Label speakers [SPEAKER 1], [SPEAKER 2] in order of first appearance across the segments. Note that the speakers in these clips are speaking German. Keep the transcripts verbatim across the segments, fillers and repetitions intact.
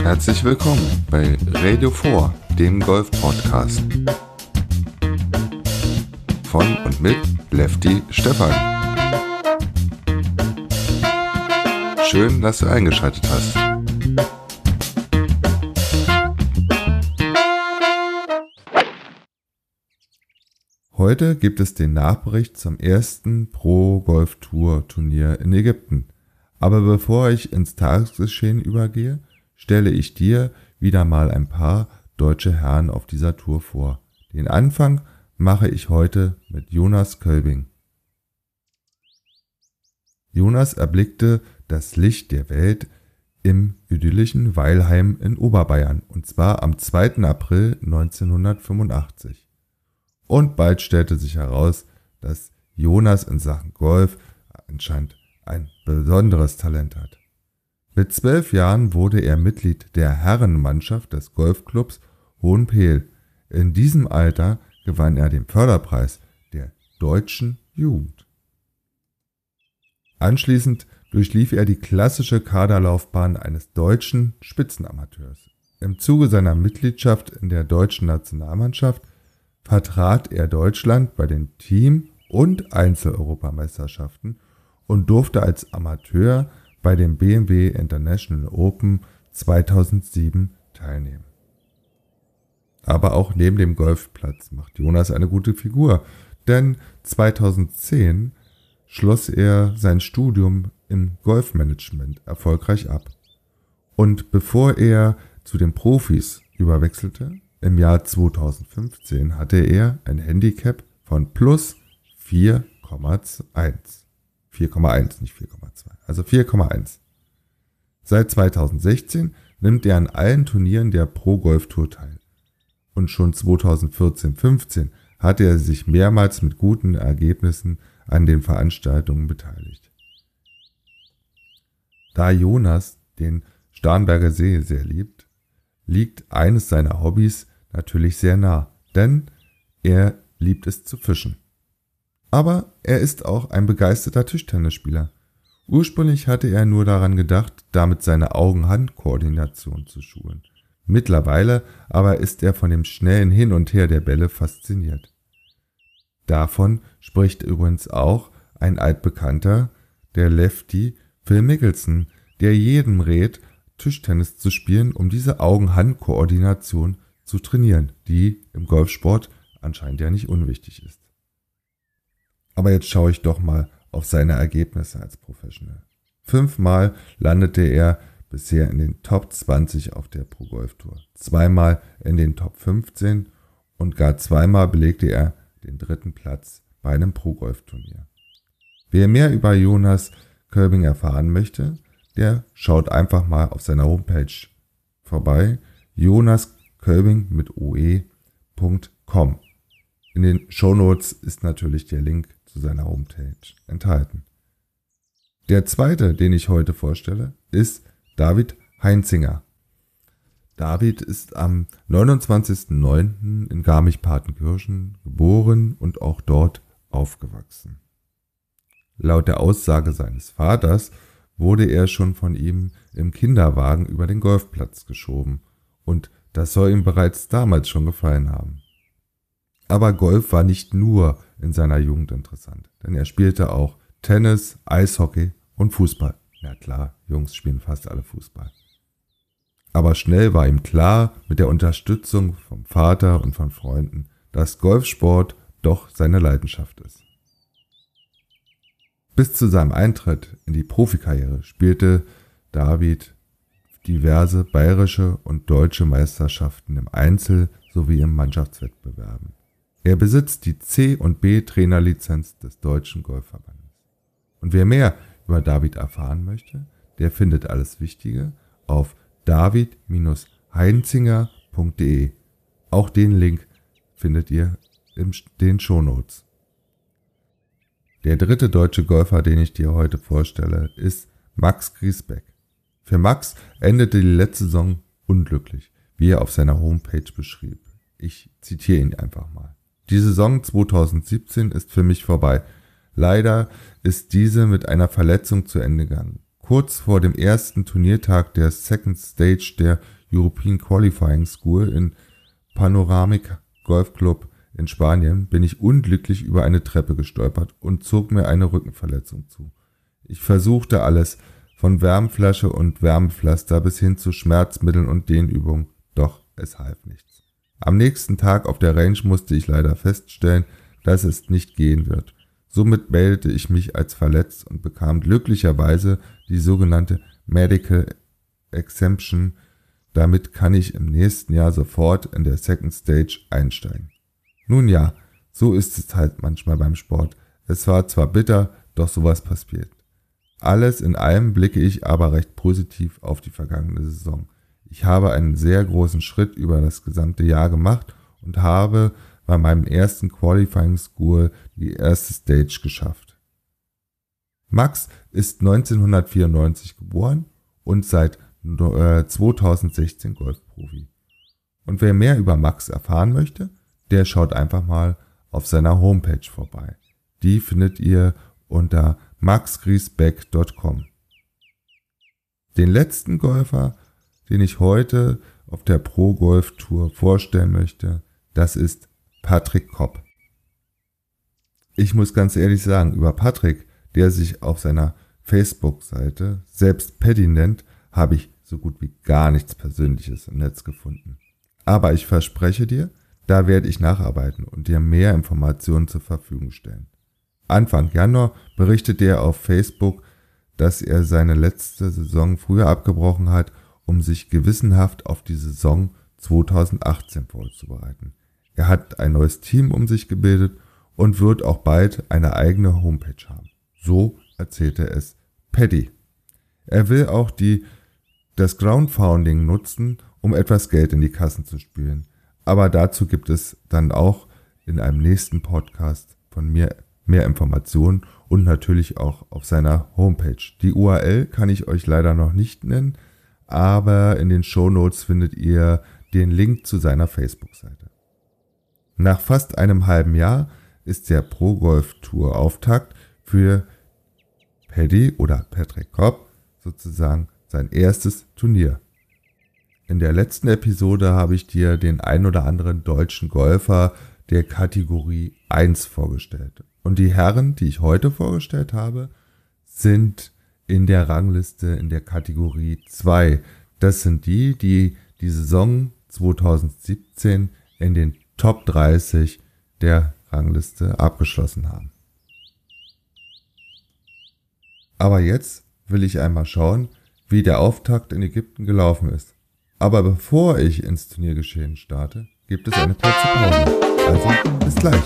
[SPEAKER 1] Herzlich willkommen bei Radio vier, dem Golf-Podcast. Von und mit Lefty Stefan. Schön, dass du eingeschaltet hast. Heute gibt es den Nachbericht zum ersten Pro-Golf-Tour-Turnier in Ägypten. Aber bevor ich ins Tagesgeschehen übergehe, stelle ich dir wieder mal ein paar deutsche Herren auf dieser Tour vor. Den Anfang mache ich heute mit Jonas Kölbing. Jonas erblickte das Licht der Welt im idyllischen Weilheim in Oberbayern, und zwar am zweiten April neunzehnhundertfünfundachtzig. Und bald stellte sich heraus, dass Jonas in Sachen Golf anscheinend ein besonderes Talent hat. Mit zwölf Jahren wurde er Mitglied der Herrenmannschaft des Golfclubs Hohenpel. In diesem Alter gewann er den Förderpreis der deutschen Jugend. Anschließend durchlief er die klassische Kaderlaufbahn eines deutschen Spitzenamateurs. Im Zuge seiner Mitgliedschaft in der deutschen Nationalmannschaft vertrat er Deutschland bei den Team- und Einzel-Europameisterschaften und durfte als Amateur bei dem B M W International Open zweitausendsieben teilnehmen. Aber auch neben dem Golfplatz macht Jonas eine gute Figur, denn zweitausendzehn schloss er sein Studium im Golfmanagement erfolgreich ab. Und bevor er zu den Profis überwechselte, im Jahr zweitausendfünfzehn hatte er ein Handicap von plus vier Komma eins. vier Komma eins, nicht vier Komma zwei, also vier Komma eins. Seit zweitausendsechzehn nimmt er an allen Turnieren der Pro Golf Tour teil. Und schon zweitausendvierzehn fünfzehn hatte er sich mehrmals mit guten Ergebnissen an den Veranstaltungen beteiligt. Da Jonas den Starnberger See sehr liebt, liegt eines seiner Hobbys natürlich sehr nah, denn er liebt es zu fischen. Aber er ist auch ein begeisterter Tischtennisspieler. Ursprünglich hatte er nur daran gedacht, damit seine Augen-Hand-Koordination zu schulen. Mittlerweile aber ist er von dem schnellen Hin und Her der Bälle fasziniert. Davon spricht übrigens auch ein altbekannter, der Lefty Phil Mickelson, der jedem rät, Tischtennis zu spielen, um diese Augen-Hand-Koordination zu trainieren, die im Golfsport anscheinend ja nicht unwichtig ist. Aber jetzt schaue ich doch mal auf seine Ergebnisse als Professional. Fünfmal landete er bisher in den Top zwanzig auf der Pro Golf Tour, zweimal in den Top fünfzehn und gar zweimal belegte er den dritten Platz bei einem Pro Golf Turnier. Wer mehr über Jonas Kölbing erfahren möchte, der schaut einfach mal auf seiner Homepage vorbei, jonaskölbing mit oe punkt com. In den Shownotes ist natürlich der Link zu seiner Homepage enthalten. Der zweite, den ich heute vorstelle, ist David Heinzinger. David ist am neunundzwanzigsten neunten in Garmisch-Partenkirchen geboren und auch dort aufgewachsen. Laut der Aussage seines Vaters wurde er schon von ihm im Kinderwagen über den Golfplatz geschoben, und das soll ihm bereits damals schon gefallen haben. Aber Golf war nicht nur in seiner Jugend interessant, denn er spielte auch Tennis, Eishockey und Fußball. Ja klar, Jungs spielen fast alle Fußball. Aber schnell war ihm klar, mit der Unterstützung vom Vater und von Freunden, dass Golfsport doch seine Leidenschaft ist. Bis zu seinem Eintritt in die Profikarriere spielte David diverse bayerische und deutsche Meisterschaften im Einzel- sowie im Mannschaftswettbewerben. Er besitzt die C- und B-Trainerlizenz des Deutschen Golfverbandes. Und wer mehr über David erfahren möchte, der findet alles Wichtige auf david heinzinger punkt de. Auch den Link findet ihr in den Shownotes. Der dritte deutsche Golfer, den ich dir heute vorstelle, ist Max Griesbeck. Für Max endete die letzte Saison unglücklich, wie er auf seiner Homepage beschrieb. Ich zitiere ihn einfach mal. Die Saison zweitausendsiebzehn ist für mich vorbei. Leider ist diese mit einer Verletzung zu Ende gegangen. Kurz vor dem ersten Turniertag der Second Stage der European Qualifying School in Panoramic Golf Club in Spanien bin ich unglücklich über eine Treppe gestolpert und zog mir eine Rückenverletzung zu. Ich versuchte alles, von Wärmflasche und Wärmepflaster bis hin zu Schmerzmitteln und Dehnübungen, doch es half nichts. Am nächsten Tag auf der Range musste ich leider feststellen, dass es nicht gehen wird. Somit meldete ich mich als verletzt und bekam glücklicherweise die sogenannte Medical Exemption. Damit kann ich im nächsten Jahr sofort in der Second Stage einsteigen. Nun ja, so ist es halt manchmal beim Sport. Es war zwar bitter, doch sowas passiert. Alles in allem blicke ich aber recht positiv auf die vergangene Saison. Ich habe einen sehr großen Schritt über das gesamte Jahr gemacht und habe bei meinem ersten Qualifying School die erste Stage geschafft. Max ist neunzehnhundertvierundneunzig geboren und seit zweitausendsechzehn Golfprofi. Und wer mehr über Max erfahren möchte, der schaut einfach mal auf seiner Homepage vorbei. Die findet ihr unter max griesbeck punkt com. Den letzten Golfer, den ich heute auf der Pro Golf Tour vorstellen möchte, das ist Patrick Kopp. Ich muss ganz ehrlich sagen, über Patrick, der sich auf seiner Facebook-Seite selbst Paddy nennt, habe ich so gut wie gar nichts Persönliches im Netz gefunden. Aber ich verspreche dir, da werde ich nacharbeiten und dir mehr Informationen zur Verfügung stellen. Anfang Januar berichtete er auf Facebook, dass er seine letzte Saison früher abgebrochen hat, um sich gewissenhaft auf die Saison zweitausendachtzehn vorzubereiten. Er hat ein neues Team um sich gebildet und wird auch bald eine eigene Homepage haben. So erzählte es Paddy. Er will auch die, das Crowdfunding nutzen, um etwas Geld in die Kassen zu spülen. Aber dazu gibt es dann auch in einem nächsten Podcast von mir mehr Informationen und natürlich auch auf seiner Homepage. Die U R L kann ich euch leider noch nicht nennen, aber in den Shownotes findet ihr den Link zu seiner Facebook-Seite. Nach fast einem halben Jahr ist der Pro Golf Tour Auftakt für Paddy oder Patrick Kopp sozusagen sein erstes Turnier. In der letzten Episode habe ich dir den ein oder anderen deutschen Golfer der Kategorie eins vorgestellt. Und die Herren, die ich heute vorgestellt habe, sind in der Rangliste in der Kategorie zwei. Das sind die, die die Saison zweitausendsiebzehn in den Top dreißig der Rangliste abgeschlossen haben. Aber jetzt will ich einmal schauen, wie der Auftakt in Ägypten gelaufen ist. Aber bevor ich ins Turniergeschehen starte, gibt es eine kurze Pause. Also bis gleich.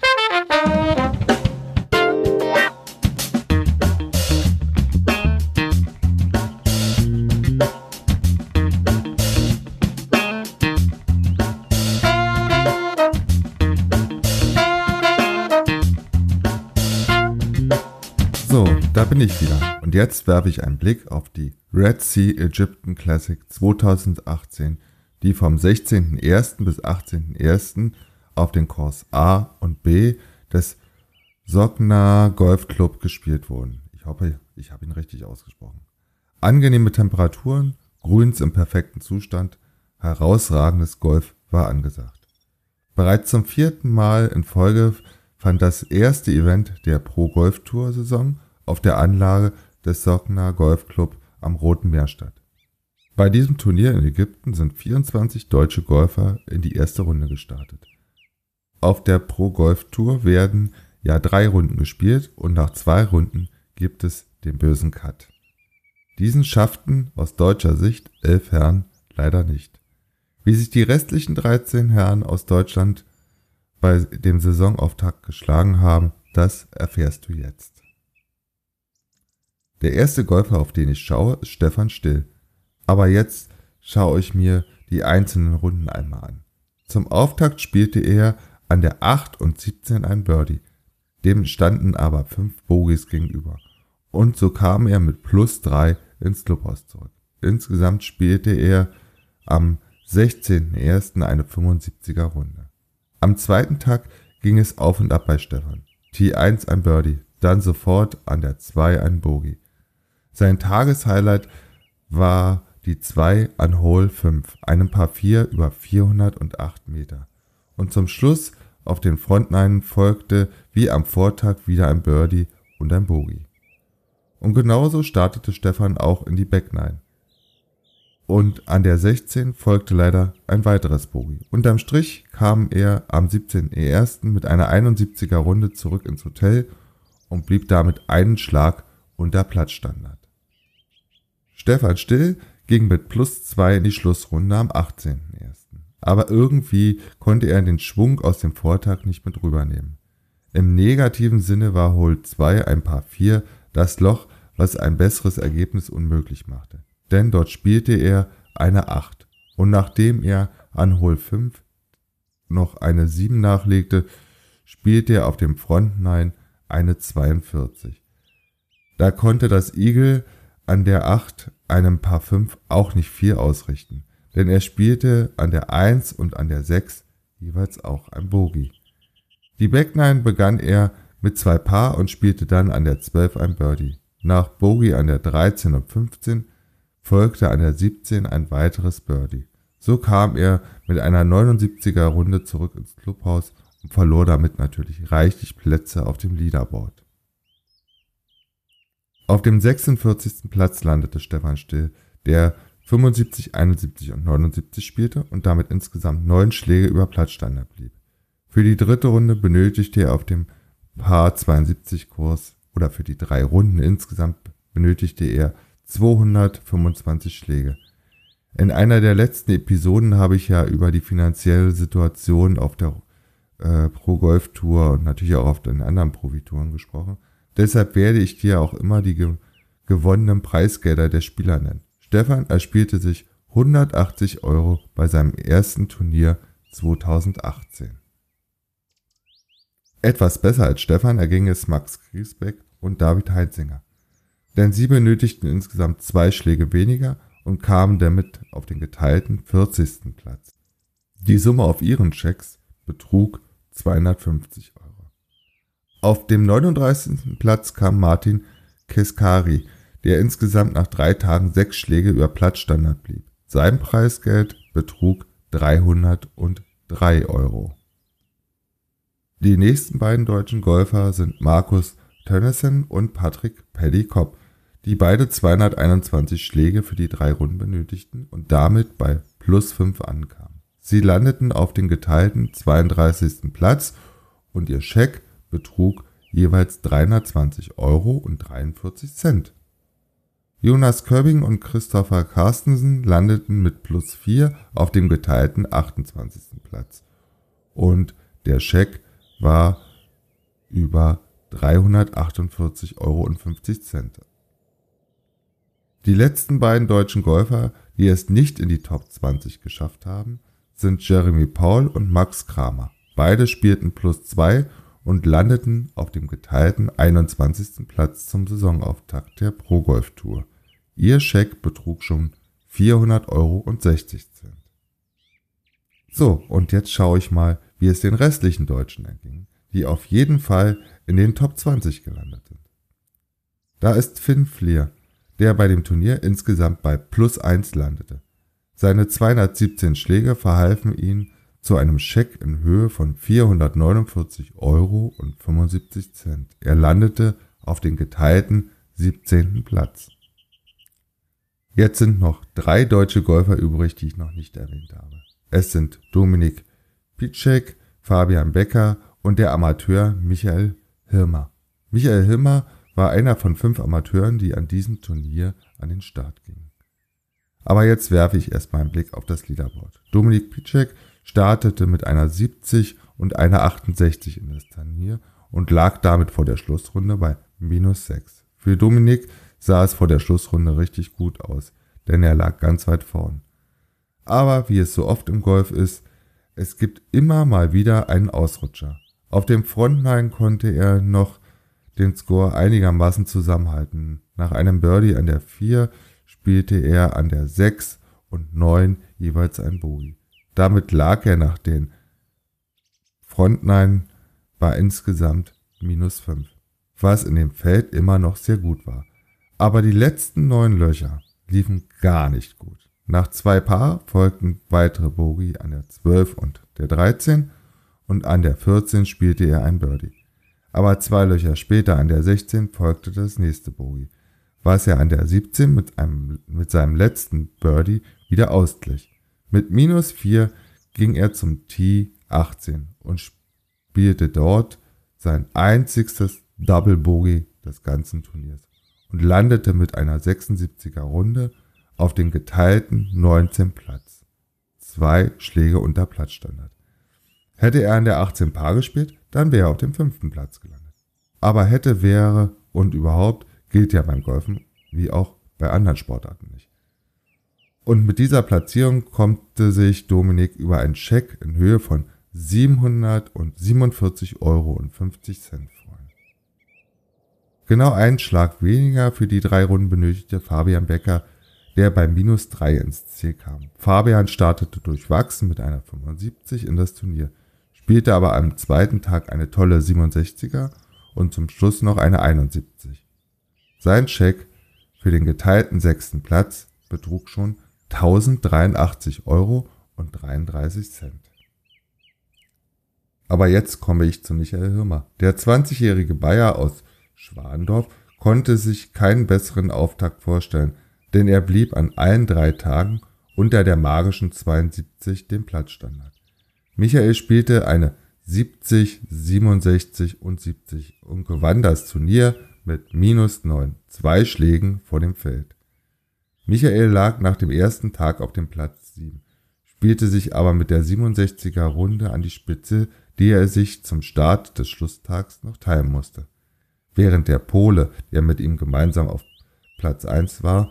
[SPEAKER 1] So, da bin ich wieder. Und jetzt werfe ich einen Blick auf die Red Sea Egyptian Classic zweitausendachtzehn, die vom sechzehnten ersten bis achtzehnten ersten auf den Kurs A und B des Sogna Golf Club gespielt wurden. Ich hoffe, ich habe ihn richtig ausgesprochen. Angenehme Temperaturen, Grüns im perfekten Zustand, herausragendes Golf war angesagt. Bereits zum vierten Mal in Folge fand das erste Event der Pro Golf Tour Saison auf der Anlage des Sogna Golf Club am Roten Meer statt. Bei diesem Turnier in Ägypten sind vierundzwanzig deutsche Golfer in die erste Runde gestartet. Auf der Pro Golf Tour werden ja drei Runden gespielt und nach zwei Runden gibt es den bösen Cut. Diesen schafften aus deutscher Sicht elf Herren leider nicht. Wie sich die restlichen dreizehn Herren aus Deutschland bei dem Saisonauftakt geschlagen haben, das erfährst du jetzt. Der erste Golfer, auf den ich schaue, ist Stefan Still. Aber jetzt schaue ich mir die einzelnen Runden einmal an. Zum Auftakt spielte er an der acht und siebzehn ein Birdie. Dem standen aber fünf Bogies gegenüber. Und so kam er mit plus drei ins Clubhaus zurück. Insgesamt spielte er am sechzehnten ersten eine fünfundsiebziger Runde. Am zweiten Tag ging es auf und ab bei Stefan. Tee eins ein Birdie, dann sofort an der zwei ein Bogey. Sein Tageshighlight war die zwei an Hole fünf, einem Par vier über vierhundertacht Meter. Und zum Schluss auf den Front Nine folgte wie am Vortag wieder ein Birdie und ein Bogey. Und genauso startete Stefan auch in die Back Nine. Und an der sechzehn folgte leider ein weiteres Bogey. Unterm Strich kam er am siebzehnten ersten mit einer einundsiebziger Runde zurück ins Hotel und blieb damit einen Schlag unter Platzstandard. Stefan Still ging mit plus zwei in die Schlussrunde am achtzehnten ersten Aber irgendwie konnte er den Schwung aus dem Vortag nicht mit rübernehmen. Im negativen Sinne war Hole zwei ein Par vier das Loch, was ein besseres Ergebnis unmöglich machte. Denn dort spielte er eine acht und nachdem er an Hole fünf noch eine sieben nachlegte, spielte er auf dem Front Nine eine zweiundvierzig. Da konnte das Eagle an der acht, einem Par fünf, auch nicht viel ausrichten, denn er spielte an der eins und an der sechs jeweils auch ein Bogey. Die Back Nine begann er mit zwei Paar und spielte dann an der zwölf ein Birdie. Nach Bogey an der dreizehn und fünfzehn folgte an der siebzehn ein weiteres Birdie. So kam er mit einer neunundsiebziger Runde zurück ins Clubhaus und verlor damit natürlich reichlich Plätze auf dem Leaderboard. Auf dem sechsundvierzigsten Platz landete Stefan Still, der fünfundsiebzig, einundsiebzig und neunundsiebzig spielte und damit insgesamt neun Schläge über Platzstandard blieb. Für die dritte Runde benötigte er auf dem Par zweiundsiebzig Kurs oder für die drei Runden insgesamt benötigte er zweihundertfünfundzwanzig Schläge. In einer der letzten Episoden habe ich ja über die finanzielle Situation auf der äh, Pro Golf Tour und natürlich auch auf den anderen Profitouren gesprochen. Deshalb werde ich dir auch immer die ge- gewonnenen Preisgelder der Spieler nennen. Stefan erspielte sich hundertachtzig Euro bei seinem ersten Turnier zweitausendachtzehn. Etwas besser als Stefan erging es Max Griesbeck und David Heinzinger, denn sie benötigten insgesamt zwei Schläge weniger und kamen damit auf den geteilten vierzigsten Platz. Die Summe auf ihren Checks betrug zweihundertfünfzig Euro. Auf dem neununddreißigsten Platz kam Martin Keskari, der insgesamt nach drei Tagen sechs Schläge über Platzstandard blieb. Sein Preisgeld betrug dreihundertdrei Euro. Die nächsten beiden deutschen Golfer sind Markus Tönnissen und Patrick Paddy Kopp, die beide zweihunderteinundzwanzig Schläge für die drei Runden benötigten und damit bei plus fünf ankamen. Sie landeten auf den geteilten zweiunddreißigsten Platz und ihr Scheck betrug jeweils dreihundertzwanzig Euro und dreiundvierzig Cent. Jonas Köbbing und Christopher Carstensen landeten mit plus vier auf dem geteilten achtundzwanzigsten Platz und der Scheck war über dreihundertachtundvierzig Euro und fünfzig Cent. Die letzten beiden deutschen Golfer, die es nicht in die Top zwanzig geschafft haben, sind Jeremy Paul und Max Kramer. Beide spielten plus zwei und landeten auf dem geteilten einundzwanzigsten Platz zum Saisonauftakt der Pro Golf Tour. Ihr Scheck betrug schon vierhundert Euro und sechzig Cent. So, und jetzt schaue ich mal, wie es den restlichen Deutschen erging, die auf jeden Fall in den Top zwanzig gelandet sind. Da ist Finn Fleer, der bei dem Turnier insgesamt bei plus eins landete. Seine zweihundertsiebzehn Schläge verhalfen ihm zu einem Scheck in Höhe von vierhundertneunundvierzig Euro und fünfundsiebzig Cent. Er landete auf den geteilten siebzehnten Platz. Jetzt sind noch drei deutsche Golfer übrig, die ich noch nicht erwähnt habe. Es sind Dominik Pitschek, Fabian Becker und der Amateur Michael Hirmer. Michael Hirmer war einer von fünf Amateuren, die an diesem Turnier an den Start gingen. Aber jetzt werfe ich erstmal einen Blick auf das Leaderboard. Dominik Pitschek startete mit einer siebzig und einer achtundsechzig in das Turnier und lag damit vor der Schlussrunde bei minus sechs. Für Dominik sah es vor der Schlussrunde richtig gut aus, denn er lag ganz weit vorn. Aber wie es so oft im Golf ist, es gibt immer mal wieder einen Ausrutscher. Auf dem Frontline konnte er noch den Score einigermaßen zusammenhalten. Nach einem Birdie an der vier spielte er an der sechs und neun jeweils ein Bogey. Damit lag er nach den Frontline bei insgesamt minus fünf, was in dem Feld immer noch sehr gut war. Aber die letzten neun Löcher liefen gar nicht gut. Nach zwei Paar folgten weitere Bogey an der zwölf und der dreizehn und an der vierzehn spielte er ein Birdie. Aber zwei Löcher später an der sechzehn folgte das nächste Bogey, was er an der siebzehn mit, einem, mit seinem letzten Birdie wieder ausglich. Mit minus vier ging er zum Tee achtzehn und spielte dort sein einzigstes Double Bogey des ganzen Turniers und landete mit einer sechsundsiebziger Runde auf den geteilten neunzehnten Platz. Zwei Schläge unter Platzstandard. Hätte er an der achtzehn Paar gespielt, dann wäre er auf dem fünften Platz gelandet. Aber hätte, wäre und überhaupt gilt ja beim Golfen wie auch bei anderen Sportarten nicht. Und mit dieser Platzierung konnte sich Dominik über einen Scheck in Höhe von siebenhundertsiebenundvierzig Euro fünfzig freuen. Genau einen Schlag weniger für die drei Runden benötigte Fabian Becker, der bei minus drei ins Ziel kam. Fabian startete durchwachsen mit einer fünfundsiebzig in das Turnier, spielte aber am zweiten Tag eine tolle siebenundsechziger und zum Schluss noch eine einundsiebzig. Sein Scheck für den geteilten sechsten Platz betrug schon tausenddreiundachtzig Euro dreiunddreißig. Aber jetzt komme ich zu Michael Hirmer. Der zwanzigjährige Bayer aus Schwandorf konnte sich keinen besseren Auftakt vorstellen, denn er blieb an allen drei Tagen unter der magischen zweiundsiebzig, dem Platzstandard. Michael spielte eine siebzig, siebenundsechzig und siebzig und gewann das Turnier mit minus neun, zwei Schlägen vor dem Feld. Michael lag nach dem ersten Tag auf dem Platz sieben, spielte sich aber mit der siebenundsechziger Runde an die Spitze, die er sich zum Start des Schlusstags noch teilen musste. Während der Pole, der mit ihm gemeinsam auf Platz eins war,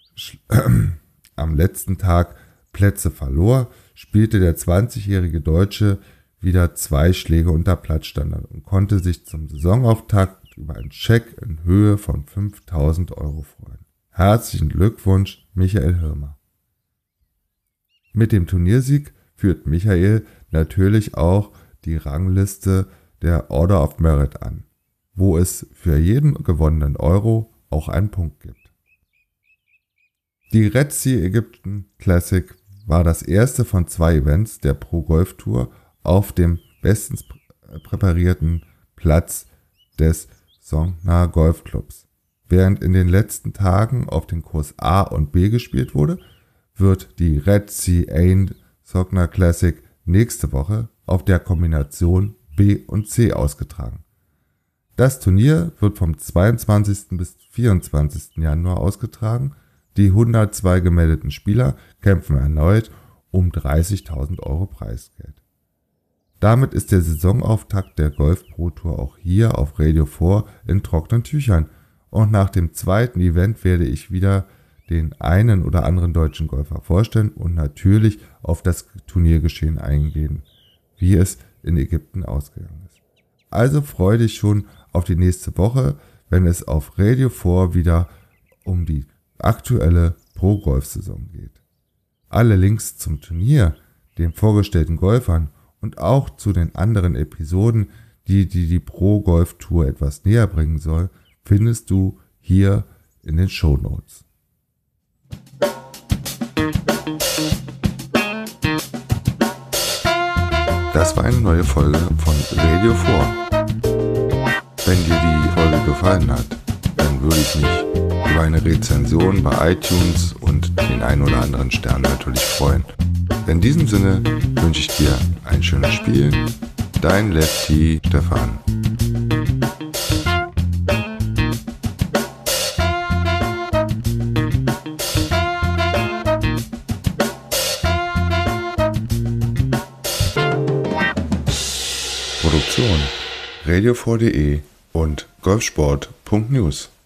[SPEAKER 1] am letzten Tag Plätze verlor, spielte der zwanzigjährige Deutsche wieder zwei Schläge unter Platzstandard und konnte sich zum Saisonauftakt über einen Scheck in Höhe von fünftausend Euro freuen. Herzlichen Glückwunsch, Michael Hirmer. Mit dem Turniersieg führt Michael natürlich auch die Rangliste der Order of Merit an, wo es für jeden gewonnenen Euro auch einen Punkt gibt. Die Red Sea Egyptian Classic war das erste von zwei Events der Pro Golf Tour auf dem bestens präparierten Platz des Songna Golf Clubs. Während in den letzten Tagen auf den Kurs A und B gespielt wurde, wird die Red Sea Ain Songna Classic nächste Woche auf der Kombination B und C ausgetragen. Das Turnier wird vom zweiundzwanzigsten bis vierundzwanzigsten Januar ausgetragen. Die hundertzwei gemeldeten Spieler kämpfen erneut um dreißigtausend Euro Preisgeld. Damit ist der Saisonauftakt der Golf Pro Tour auch hier auf Radio vier in trockenen Tüchern und nach dem zweiten Event werde ich wieder den einen oder anderen deutschen Golfer vorstellen und natürlich auf das Turniergeschehen eingehen, wie es in Ägypten ausgegangen ist. Also freue dich schon auf die nächste Woche, wenn es auf Radio vier wieder um die aktuelle Pro-Golf-Saison geht. Alle Links zum Turnier, den vorgestellten Golfern und auch zu den anderen Episoden, die die, die Pro-Golf-Tour etwas näher bringen soll, findest du hier in den Shownotes. Das war eine neue Folge von Radio vier. Wenn dir die Folge gefallen hat, dann würde ich mich über eine Rezension bei iTunes und den ein oder anderen Stern natürlich freuen. In diesem Sinne wünsche ich dir ein schönes Spiel. Dein Lefty Stefan. Produktion radio vier punkt de und golfsport punkt news